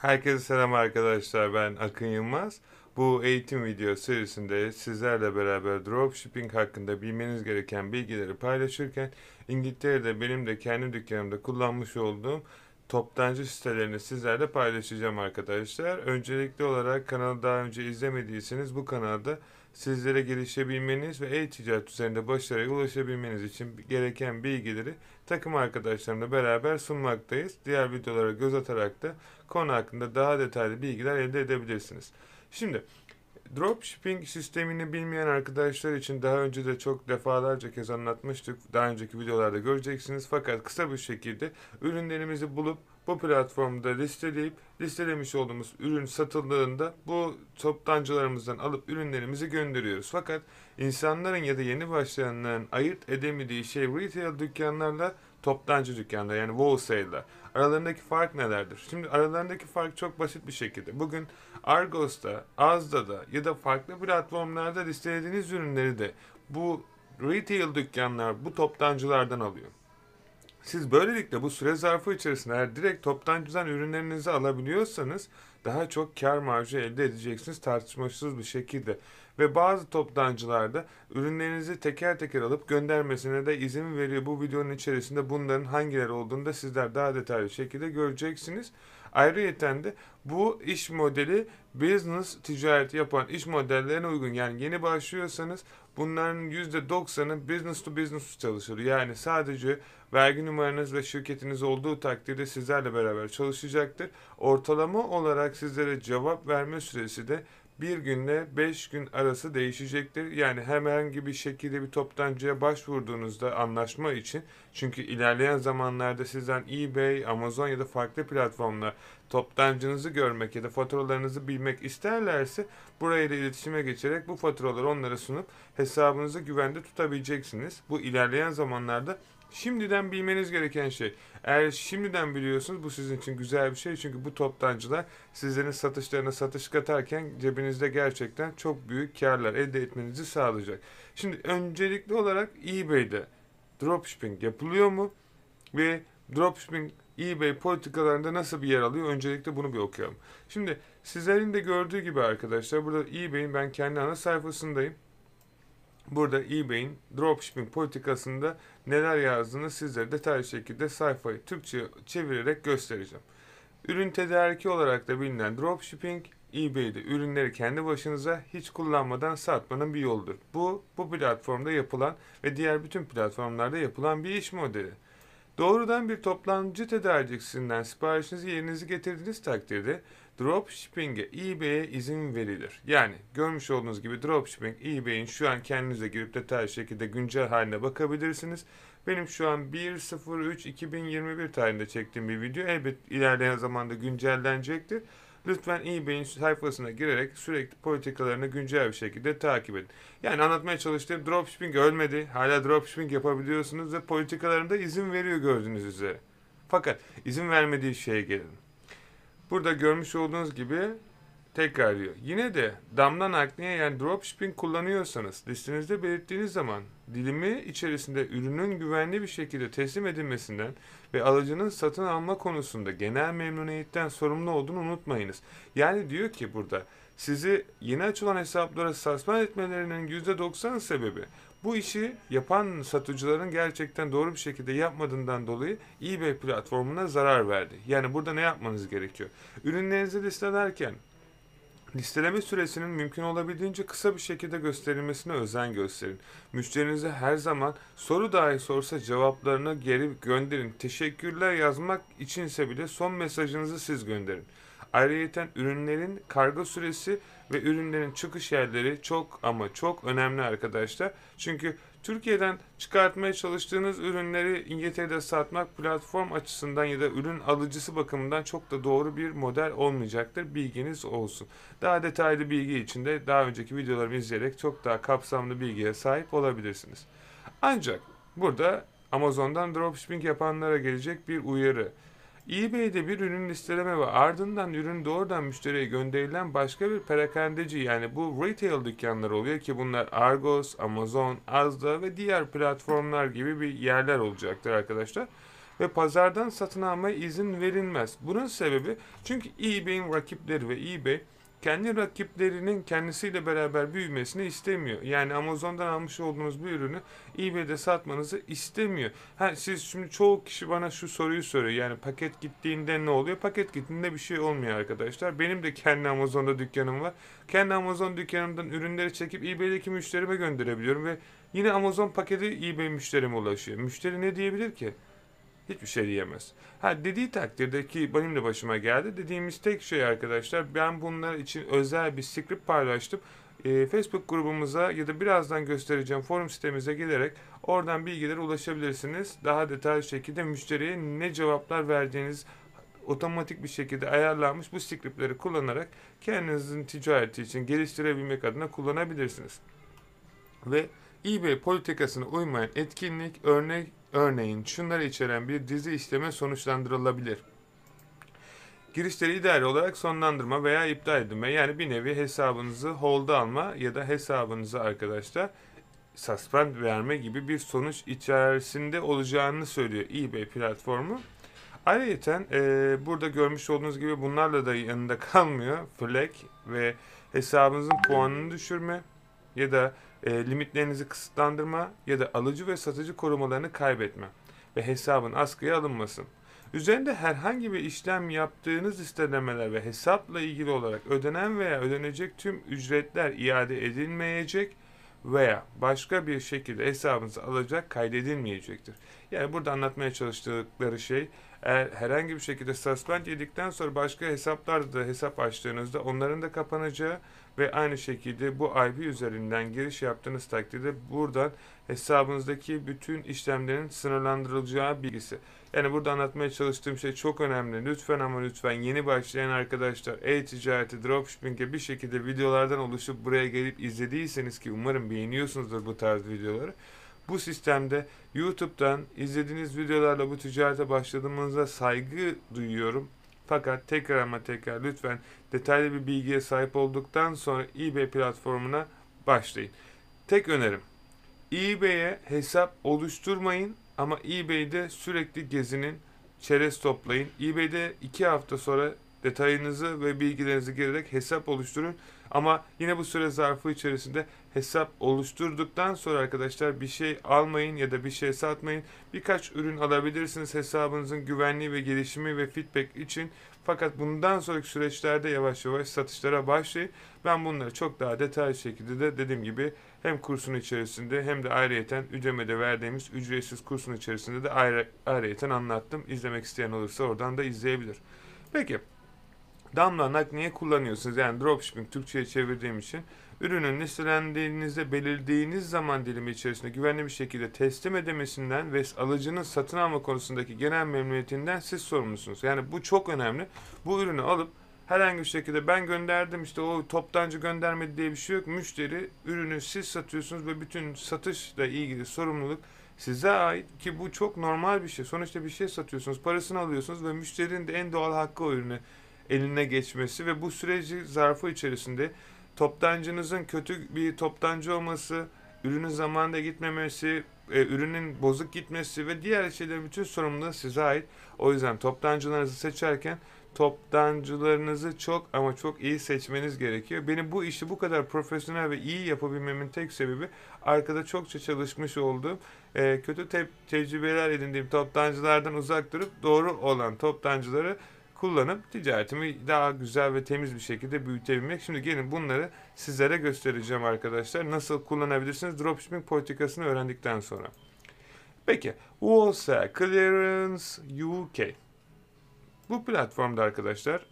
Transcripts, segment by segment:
Herkese selam arkadaşlar. Ben Akın Yılmaz. Bu eğitim video serisinde sizlerle beraber dropshipping hakkında bilmeniz gereken bilgileri paylaşırken İngiltere'de benim de kendi dükkanımda kullanmış olduğum toptancı sitelerini sizlerle paylaşacağım arkadaşlar. Öncelikli olarak kanalı daha önce izlemediyseniz bu kanalda sizlere gelişebilmeniz ve e-ticaret üzerinde başarıya ulaşabilmeniz için gereken bilgileri takım arkadaşlarımla beraber sunmaktayız. Diğer videolara göz atarak da konu hakkında daha detaylı bilgiler elde edebilirsiniz. Şimdi dropshipping sistemini bilmeyen arkadaşlar için daha önce de çok defalarca kez anlatmıştık. Daha önceki videolarda göreceksiniz. Fakat kısa bir şekilde ürünlerimizi bulup bu platformda listelemiş olduğumuz ürün satıldığında bu toptancılarımızdan alıp ürünlerimizi gönderiyoruz. Fakat insanların ya da yeni başlayanların ayırt edemediği şey retail dükkanlarla toptancı dükkanlar yani wholesale'lar. Aralarındaki fark nelerdir? Şimdi aralarındaki fark çok basit bir şekilde. Bugün Argos'ta, Asda'da ya da farklı platformlarda listelediğiniz ürünleri de bu retail dükkanlar bu toptancılardan alıyor. Siz böylelikle bu süre zarfı içerisinde eğer direkt toptancıdan ürünlerinizi alabiliyorsanız daha çok kar marjı elde edeceksiniz tartışmasız bir şekilde. Ve bazı toptancılarda ürünlerinizi teker teker alıp göndermesine de izin veriyor. Bu videonun içerisinde bunların hangileri olduğunu da sizler daha detaylı şekilde göreceksiniz. Ayrıyeten de bu iş modeli business ticareti yapan iş modellerine uygun. Yani yeni başlıyorsanız bunların %90'ı business to business çalışır. Yani sadece vergi numaranız ve şirketiniz olduğu takdirde sizlerle beraber çalışacaktır. Ortalama olarak sizlere cevap verme süresi de bir günle 5 gün arası değişecektir. Yani herhangi bir şekilde bir toptancıya başvurduğunuzda anlaşma için, çünkü ilerleyen zamanlarda sizden eBay, Amazon ya da farklı platformlar toptancınızı görmek ya da faturalarınızı bilmek isterlerse burayla iletişime geçerek bu faturaları onlara sunup hesabınızı güvende tutabileceksiniz. Bu ilerleyen zamanlarda şimdiden bilmeniz gereken şey. Eğer şimdiden biliyorsunuz bu sizin için güzel bir şey. Çünkü bu toptancılar sizlerin satışlarına satış katarken cebinizde gerçekten çok büyük karlar elde etmenizi sağlayacak. Şimdi öncelikli olarak eBay'de dropshipping yapılıyor mu? Ve dropshipping eBay politikalarında nasıl bir yer alıyor? Öncelikle bunu bir okuyalım. Şimdi sizlerin de gördüğü gibi arkadaşlar burada eBay'in ben kendi ana sayfasındayım. Burada eBay'in dropshipping politikasında neler yazdığını sizlere detaylı şekilde sayfayı Türkçe çevirerek göstereceğim. Ürün tedariki olarak da bilinen dropshipping, eBay'de ürünleri kendi başınıza hiç kullanmadan satmanın bir yoludur. Bu platformda yapılan ve diğer bütün platformlarda yapılan bir iş modeli. Doğrudan bir toptancı tedarikçisinden siparişinizi yerinize getirdiğiniz takdirde dropshipping'e eBay'e izin verilir. Yani görmüş olduğunuz gibi dropshipping eBay'in şu an kendinize girip detaylı şekilde güncel haline bakabilirsiniz. Benim şu an 1.03.2021 tarihinde çektiğim bir video. Elbet ilerleyen zamanda güncellenecektir. Lütfen eBay'in sayfasına girerek sürekli politikalarını güncel bir şekilde takip edin. Yani anlatmaya çalıştığım dropshipping ölmedi. Hala dropshipping yapabiliyorsunuz ve politikalarında izin veriyor gördüğünüz üzere. Fakat izin vermediği şeye gelin. Burada görmüş olduğunuz gibi tekrar diyor. Yine de damdan nakliye yani dropshipping kullanıyorsanız listenizde belirttiğiniz zaman dilimi içerisinde ürünün güvenli bir şekilde teslim edilmesinden ve alıcının satın alma konusunda genel memnuniyetten sorumlu olduğunu unutmayınız. Yani diyor ki burada sizi yeni açılan hesaplara suspend etmelerinin %90 sebebi bu işi yapan satıcıların gerçekten doğru bir şekilde yapmadığından dolayı eBay platformuna zarar verdi. Yani burada ne yapmanız gerekiyor? Ürünlerinizi listelerken listeleme süresinin mümkün olabildiğince kısa bir şekilde gösterilmesine özen gösterin. Müşterinize her zaman soru dahi sorsa cevaplarını geri gönderin. Teşekkürler yazmak içinse bile son mesajınızı siz gönderin. Ayrıca ürünlerin kargo süresi ve ürünlerin çıkış yerleri çok ama çok önemli arkadaşlar. Çünkü Türkiye'den çıkartmaya çalıştığınız ürünleri İngiltere'de satmak platform açısından ya da ürün alıcısı bakımından çok da doğru bir model olmayacaktır. Bilginiz olsun. Daha detaylı bilgi için de daha önceki videolarımı izleyerek çok daha kapsamlı bilgiye sahip olabilirsiniz. Ancak burada Amazon'dan dropshipping yapanlara gelecek bir uyarı. eBay'de bir ürün listeleme ve ardından ürün doğrudan müşteriye gönderilen başka bir perakendeci yani bu retail dükkanları oluyor ki bunlar Argos, Amazon, Asda ve diğer platformlar gibi bir yerler olacaktır arkadaşlar. ve pazardan satın almaya izin verilmez. Bunun sebebi çünkü eBay'in rakipleri ve eBay kendi rakiplerinin kendisiyle beraber büyümesini istemiyor. Yani Amazon'dan almış olduğunuz bir ürünü eBay'de satmanızı istemiyor. Siz şimdi çoğu kişi bana şu soruyu soruyor. Yani paket gittiğinde ne oluyor? Paket gittiğinde bir şey olmuyor arkadaşlar. Benim de kendi Amazon'da dükkanım var. Kendi Amazon dükkanımdan ürünleri çekip eBay'deki müşterime gönderebiliyorum ve yine Amazon paketi eBay müşterime ulaşıyor. Müşteri ne diyebilir ki? Hiçbir şey diyemez. Dediği takdirde ki benim de başıma geldi. Dediğimiz tek şey arkadaşlar, ben bunlar için özel bir script paylaştım. Facebook grubumuza ya da birazdan göstereceğim forum sitemize gelerek oradan bilgilere ulaşabilirsiniz. Daha detaylı şekilde müşteriye ne cevaplar verdiğiniz otomatik bir şekilde ayarlanmış bu scriptleri kullanarak kendinizin ticareti için geliştirebilmek adına kullanabilirsiniz. Ve eBay politikasına uymayan etkinlik örneğin şunları içeren bir dizi işleme sonuçlandırılabilir. Girişleri idari olarak sonlandırma veya iptal edilme, yani bir nevi hesabınızı hold'a alma ya da hesabınızı arkadaşlar suspend verme gibi bir sonuç içerisinde olacağını söylüyor eBay platformu. Ayrıca burada görmüş olduğunuz gibi bunlarla da yanında kalmıyor. Flag ve hesabınızın puanını düşürme ya da limitlerinizi kısıtlandırma ya da alıcı ve satıcı korumalarını kaybetme ve hesabın askıya alınması. Üzerinde herhangi bir işlem yaptığınız istemeler ve hesapla ilgili olarak ödenen veya ödenecek tüm ücretler iade edilmeyecek veya başka bir şekilde hesabınıza alacak kaydedilmeyecektir. Yani burada anlatmaya çalıştıkları şey, eğer herhangi bir şekilde suspend yedikten sonra başka hesaplarda da hesap açtığınızda onların da kapanacağı ve aynı şekilde bu IP üzerinden giriş yaptığınız takdirde buradan hesabınızdaki bütün işlemlerin sınırlandırılacağı bilgisi. Yani burada anlatmaya çalıştığım şey çok önemli. Lütfen ama lütfen yeni başlayan arkadaşlar e-ticareti, dropshipping'e bir şekilde videolardan oluşup buraya gelip izlediyseniz, ki umarım beğeniyorsunuzdur bu tarz videoları. Bu sistemde YouTube'dan izlediğiniz videolarla bu ticarete başladığınızda saygı duyuyorum. Fakat tekrar lütfen detaylı bir bilgiye sahip olduktan sonra eBay platformuna başlayın. Tek önerim, eBay'e hesap oluşturmayın ama eBay'de sürekli gezinin, çerez toplayın. eBay'de 2 hafta sonra detayınızı ve bilgilerinizi girerek hesap oluşturun. Ama yine bu süre zarfı içerisinde hesap oluşturduktan sonra arkadaşlar bir şey almayın ya da bir şey satmayın. Birkaç ürün alabilirsiniz hesabınızın güvenliği ve gelişimi ve feedback için. Fakat bundan sonraki süreçlerde yavaş yavaş satışlara başlayın. Ben bunları çok daha detaylı şekilde de dediğim gibi hem kursun içerisinde hem de ayrıyeten Udemy'de verdiğimiz ücretsiz kursun içerisinde de ayrıyeten anlattım. İzlemek isteyen olursa oradan da izleyebilir. Peki, Damla Nak niye kullanıyorsunuz? Yani dropshipping Türkçe'ye çevirdiğim için ürünün listelendiğinizde belirlediğiniz zaman dilimi içerisinde güvenli bir şekilde teslim edilmesinden ve alıcının satın alma konusundaki genel memnuniyetinden siz sorumlusunuz. Yani bu çok önemli. Bu ürünü alıp herhangi bir şekilde ben gönderdim işte o toptancı göndermedi diye bir şey yok. Müşteri ürünü siz satıyorsunuz ve bütün satışla ilgili sorumluluk size ait, ki bu çok normal bir şey. Sonuçta bir şey satıyorsunuz, parasını alıyorsunuz ve müşterinin de en doğal hakkı o ürünü eline geçmesi ve bu süreci zarfı içerisinde toptancınızın kötü bir toptancı olması, ürünün zamanında gitmemesi, ürünün bozuk gitmesi ve diğer şeylerin bütün sorumluluğu size ait. O yüzden toptancılarınızı seçerken toptancılarınızı çok ama çok iyi seçmeniz gerekiyor. Benim bu işi bu kadar profesyonel ve iyi yapabilmemin tek sebebi arkada çokça çalışmış olduğum, kötü tecrübeler edindiğim toptancılardan uzak durup doğru olan toptancıları kullanıp ticaretimi daha güzel ve temiz bir şekilde büyütebilmek. Şimdi gelin bunları sizlere göstereceğim arkadaşlar. Nasıl kullanabilirsiniz dropshipping politikasını öğrendikten sonra. Peki, Wholesale Clearance UK. Bu platformda arkadaşlar,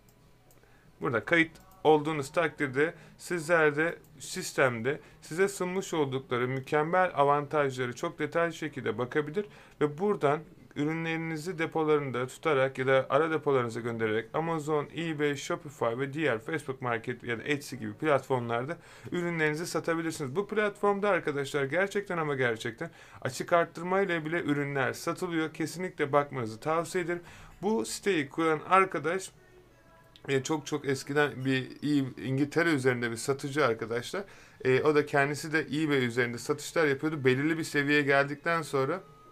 burada kayıt olduğunuz takdirde sizler de sistemde size sunmuş oldukları mükemmel avantajları çok detaylı şekilde bakabilir ve buradan ürünlerinizi depolarında tutarak ya da ara depolarınıza göndererek Amazon, eBay, Shopify ve diğer Facebook Market ya da Etsy gibi platformlarda ürünlerinizi satabilirsiniz. Bu platformda arkadaşlar gerçekten ama gerçekten açık arttırmayla bile ürünler satılıyor. Kesinlikle bakmanızı tavsiye ederim. Bu siteyi kuran arkadaş çok eskiden bir İngiltere üzerinde bir satıcı arkadaşlar. O da kendisi de eBay üzerinde satışlar yapıyordu. Belirli bir seviyeye geldikten sonra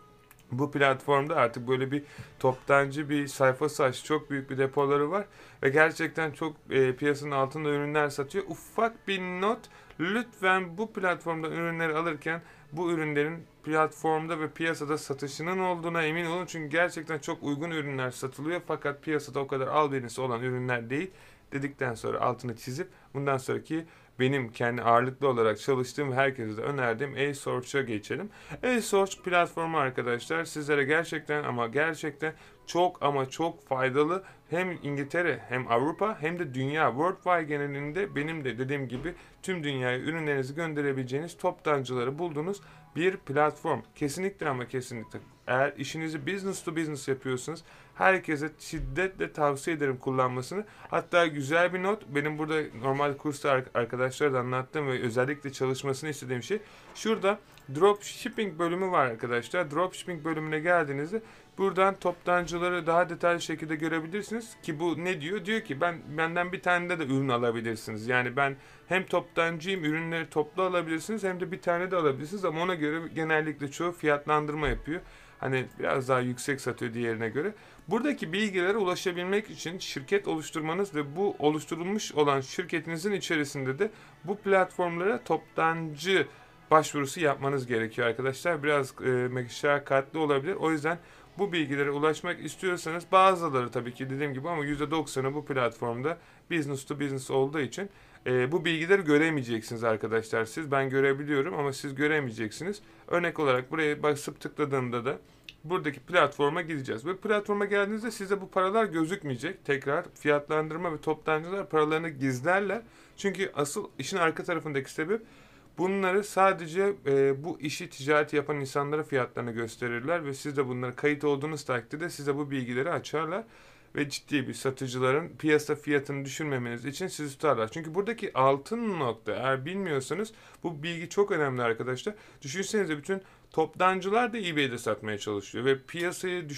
Bu platformda artık böyle bir toptancı bir sayfası aç. Çok büyük bir depoları var. Ve gerçekten çok piyasanın altında ürünler satıyor. Ufak bir not. Lütfen bu platformda ürünleri alırken bu ürünlerin platformda ve piyasada satışının olduğuna emin olun. Çünkü gerçekten çok uygun ürünler satılıyor. Fakat piyasada o kadar albenisi olan ürünler değil. Dedikten sonra altını çizip bundan sonraki benim kendi ağırlıklı olarak çalıştığım ve herkese de önerdiğim A-Source'a geçelim. A-Source platformu arkadaşlar sizlere gerçekten ama gerçekten çok ama çok faydalı. Hem İngiltere hem Avrupa hem de dünya worldwide genelinde benim de dediğim gibi tüm dünyaya ürünlerinizi gönderebileceğiniz toptancıları bulduğunuz bir platform. Kesinlikle ama kesinlikle eğer işinizi business to business yapıyorsanız herkese şiddetle tavsiye ederim kullanmasını. Hatta güzel bir not, benim burada normal kursta arkadaşlara da anlattığım ve özellikle çalışmasını istediğim şey, şurada dropshipping bölümü var arkadaşlar. Dropshipping bölümüne geldiğinizde buradan toptancıları daha detaylı şekilde görebilirsiniz. Ki bu ne diyor? Diyor ki benden bir tane de ürün alabilirsiniz. Yani ben hem toptancıyım, ürünleri toplu alabilirsiniz, hem de bir tane de alabilirsiniz, ama ona göre genellikle çoğu fiyatlandırma yapıyor. Hani biraz daha yüksek satıyor diğerine göre. Buradaki bilgilere ulaşabilmek için şirket oluşturmanız ve bu oluşturulmuş olan şirketinizin içerisinde de bu platformlara toptancı başvurusu yapmanız gerekiyor arkadaşlar. Biraz meşakkatli olabilir. O yüzden bu bilgilere ulaşmak istiyorsanız, bazıları tabii ki dediğim gibi ama %90'ı bu platformda business to business olduğu için bu bilgileri göremeyeceksiniz arkadaşlar. Ben görebiliyorum ama siz göremeyeceksiniz. Örnek olarak buraya basıp tıkladığımda da buradaki platforma gideceğiz. Ve platforma geldiğinizde size bu paralar gözükmeyecek. Tekrar fiyatlandırma ve toptancılar paralarını gizlerler. Çünkü asıl işin arka tarafındaki sebep, bunları sadece bu işi ticareti yapan insanlara fiyatlarını gösterirler ve siz de bunlara kayıt olduğunuz takdirde size bu bilgileri açarlar ve ciddi bir satıcıların piyasa fiyatını düşürmemeniz için sizi tutarlar. Çünkü buradaki altın nokta, eğer bilmiyorsanız, bu bilgi çok önemli arkadaşlar. Düşünsenize, bütün toptancılar da eBay'de satmaya çalışıyor ve piyasayı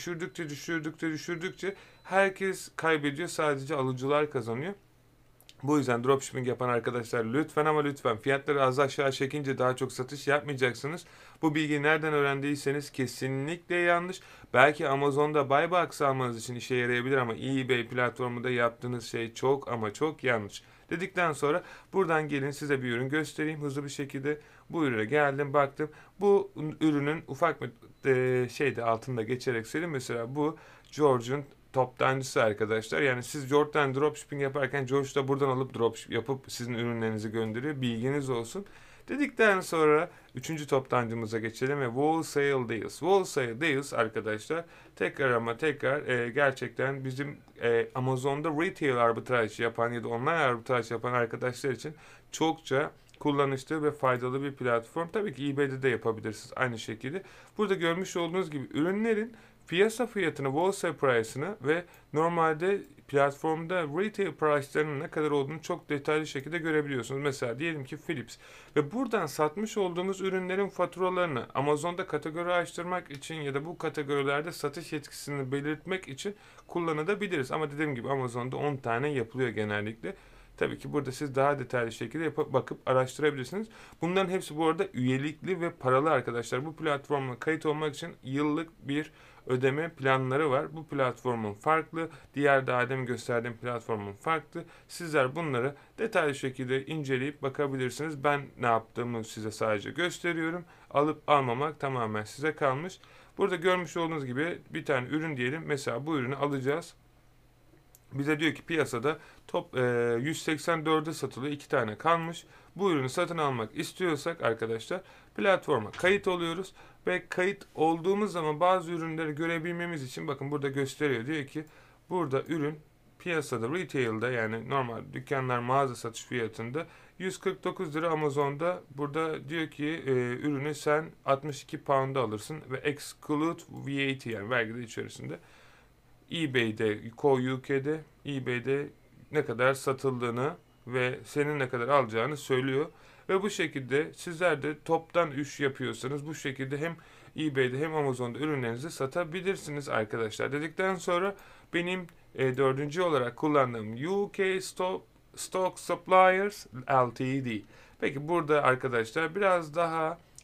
düşürdükçe herkes kaybediyor, sadece alıcılar kazanıyor. Bu yüzden dropshipping yapan arkadaşlar lütfen ama lütfen fiyatları az aşağı çekince daha çok satış yapmayacaksınız. Bu bilgiyi nereden öğrendiyseniz kesinlikle yanlış. Belki Amazon'da buy box almanız için işe yarayabilir ama eBay platformunda yaptığınız şey çok ama çok yanlış. Dedikten sonra buradan gelin, size bir ürün göstereyim hızlı bir şekilde. Bu ürüne geldim, baktım. Bu ürünün ufak bir şeyde altında geçerek söyleyeyim. Mesela bu George'un toptancısı arkadaşlar. Yani siz George'dan dropshipping yaparken George da buradan alıp dropship yapıp sizin ürünlerinizi gönderiyor. Bilginiz olsun. Dedikten sonra üçüncü toptancımıza geçelim ve Wholesale Deals. Wholesale Deals arkadaşlar tekrar ama tekrar gerçekten bizim Amazon'da retail arbitraj yapan ya da online arbitraj yapan arkadaşlar için çokça kullanışlı ve faydalı bir platform. Tabii ki eBay'de de yapabilirsiniz aynı şekilde. Burada görmüş olduğunuz gibi ürünlerin piyasa fiyatını, wholesale price'ını ve normalde platformda retail price'larının ne kadar olduğunu çok detaylı şekilde görebiliyorsunuz. Mesela diyelim ki Philips, ve buradan satmış olduğumuz ürünlerin faturalarını Amazon'da kategori açtırmak için ya da bu kategorilerde satış yetkisini belirtmek için kullanabiliriz. Ama dediğim gibi Amazon'da 10 tane yapılıyor genellikle. Tabii ki burada siz daha detaylı şekilde bakıp araştırabilirsiniz. Bunların hepsi bu arada üyelikli ve paralı arkadaşlar. Bu platforma kayıt olmak için yıllık bir ödeme planları var. Bu platformun farklı, diğer daha demin gösterdiğim platformun farklı. Sizler bunları detaylı şekilde inceleyip bakabilirsiniz. Ben ne yaptığımı size sadece gösteriyorum. Alıp almamak tamamen size kalmış. Burada görmüş olduğunuz gibi bir tane ürün diyelim. Mesela bu ürünü alacağız. Bize diyor ki piyasada top 184'e satılıyor. 2 tane kalmış. Bu ürünü satın almak istiyorsak arkadaşlar platforma kayıt oluyoruz. Ve kayıt olduğumuz zaman bazı ürünleri görebilmemiz için bakın burada gösteriyor. Diyor ki burada ürün piyasada retail'da, yani normal dükkanlar mağaza satış fiyatında 149 lira, Amazon'da burada diyor ki ürünü sen 62 pound'a alırsın ve exclude VAT, yani vergi de içerisinde. eBay'de, UK'de eBay'de ne kadar satıldığını ve senin ne kadar alacağını söylüyor. Ve bu şekilde sizler de toptan iş yapıyorsanız bu şekilde hem eBay'de hem Amazon'da ürünlerinizi satabilirsiniz arkadaşlar. Dedikten sonra benim dördüncü olarak kullandığım UK Stock Suppliers Ltd. Peki burada arkadaşlar biraz daha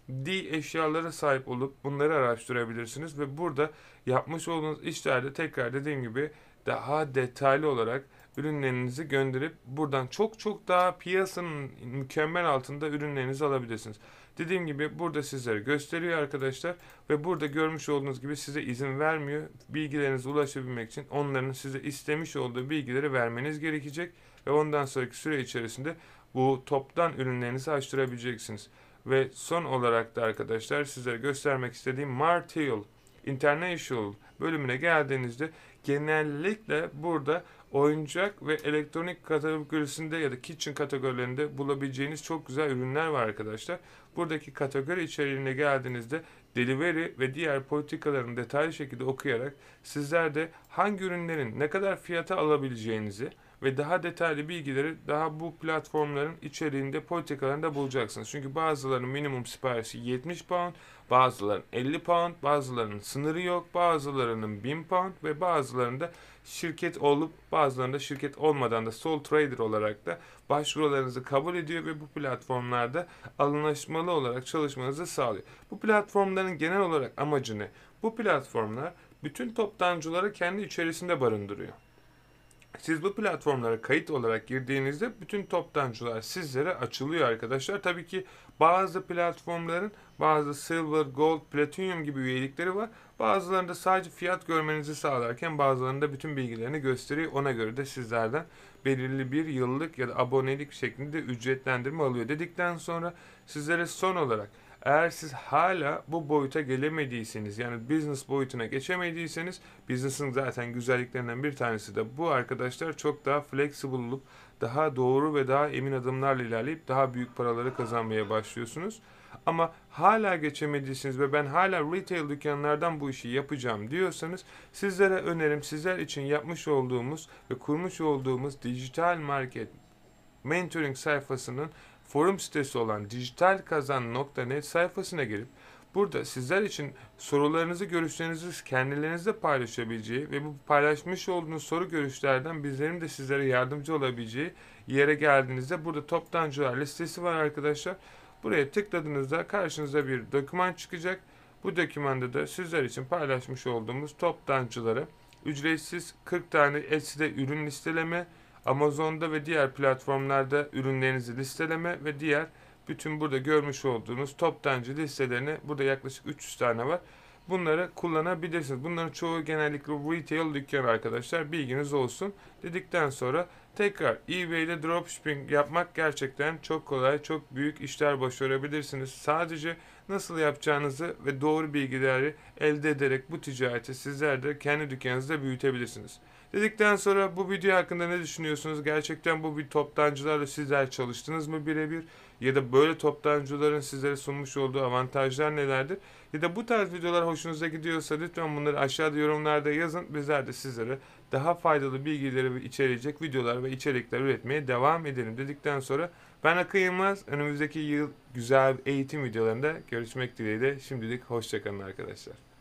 eşyalara sahip olup bunları araştırabilirsiniz ve burada yapmış olduğunuz işlerde tekrar dediğim gibi daha detaylı olarak ürünlerinizi gönderip buradan çok çok daha piyasanın mükemmel altında ürünlerinizi alabilirsiniz. Dediğim gibi burada sizlere gösteriyor arkadaşlar ve burada görmüş olduğunuz gibi size izin vermiyor. Bilgilerinize ulaşabilmek için onların size istemiş olduğu bilgileri vermeniz gerekecek ve ondan sonraki süre içerisinde bu toptan ürünlerinizi açtırabileceksiniz. Ve son olarak da arkadaşlar sizlere göstermek istediğim Martell International bölümüne geldiğinizde genellikle burada oyuncak ve elektronik kategorisinde ya da kitchen kategorilerinde bulabileceğiniz çok güzel ürünler var arkadaşlar. Buradaki kategori içeriğine geldiğinizde delivery ve diğer politikalarını detaylı şekilde okuyarak sizler de hangi ürünlerin ne kadar fiyata alabileceğinizi ve daha detaylı bilgileri daha bu platformların içeriğinde, politikalarında bulacaksınız. Çünkü bazılarının minimum siparişi 70 pound, bazılarının 50 pound, bazılarının sınırı yok, bazılarının 1000 pound ve bazılarında şirket olup bazılarında şirket olmadan da sole trader olarak da başvurularınızı kabul ediyor ve bu platformlarda anlaşmalı olarak çalışmanızı sağlıyor. Bu platformların genel olarak amacı ne? Bu platformlar bütün toptancıları kendi içerisinde barındırıyor. Siz bu platformlara kayıt olarak girdiğinizde bütün toptancılar sizlere açılıyor arkadaşlar. Tabii ki bazı platformların bazı silver, gold, platinum gibi üyelikleri var. Bazılarında sadece fiyat görmenizi sağlarken bazılarında bütün bilgilerini gösteriyor. Ona göre de sizlerden belirli bir yıllık ya da abonelik şeklinde ücretlendirme alıyor dedikten sonra sizlere son olarak eğer siz hala bu boyuta gelemediyseniz yani business boyutuna geçemediyseniz business'ın zaten güzelliklerinden bir tanesi de bu arkadaşlar çok daha flexible olup daha doğru ve daha emin adımlarla ilerleyip daha büyük paraları kazanmaya başlıyorsunuz. Ama hala geçemediyseniz ve ben hala retail dükkanlardan bu işi yapacağım diyorsanız sizlere önerim sizler için yapmış olduğumuz ve kurmuş olduğumuz dijital market mentoring sayfasının forum sitesi olan dijitalkazan.net sayfasına girip burada sizler için sorularınızı, görüşlerinizi kendilerinizle paylaşabileceği ve bu paylaşmış olduğunuz soru görüşlerden bizlerin de sizlere yardımcı olabileceği yere geldiğinizde burada toptancılar listesi var arkadaşlar. Buraya tıkladığınızda karşınıza bir doküman çıkacak. Bu dokümanda da sizler için paylaşmış olduğumuz toptancılara ücretsiz 40 tane Etsy'de ürün listeleme, Amazon'da ve diğer platformlarda ürünlerinizi listeleme ve diğer bütün burada görmüş olduğunuz toptancı listelerini burada yaklaşık 300 tane var. Bunları kullanabilirsiniz. Bunların çoğu genellikle retail dükkan arkadaşlar. Bilginiz olsun. Dedikten sonra tekrar eBay'de dropshipping yapmak gerçekten çok kolay, çok büyük işler başarabilirsiniz. Sadece nasıl yapacağınızı ve doğru bilgileri elde ederek bu ticareti sizler de kendi dükkanınızda büyütebilirsiniz. Dedikten sonra bu video hakkında ne düşünüyorsunuz? Gerçekten bu bir toptancılarla sizler çalıştınız mı birebir? Ya da böyle toptancıların sizlere sunmuş olduğu avantajlar nelerdir? Ya da bu tarz videolar hoşunuza gidiyorsa lütfen bunları aşağıda yorumlarda yazın. Bizler de sizlere daha faydalı bilgileri içerecek videolar ve içerikler üretmeye devam edelim dedikten sonra ben Akın Yılmaz. Önümüzdeki yıl güzel eğitim videolarında görüşmek dileğiyle. Şimdilik hoşçakalın arkadaşlar.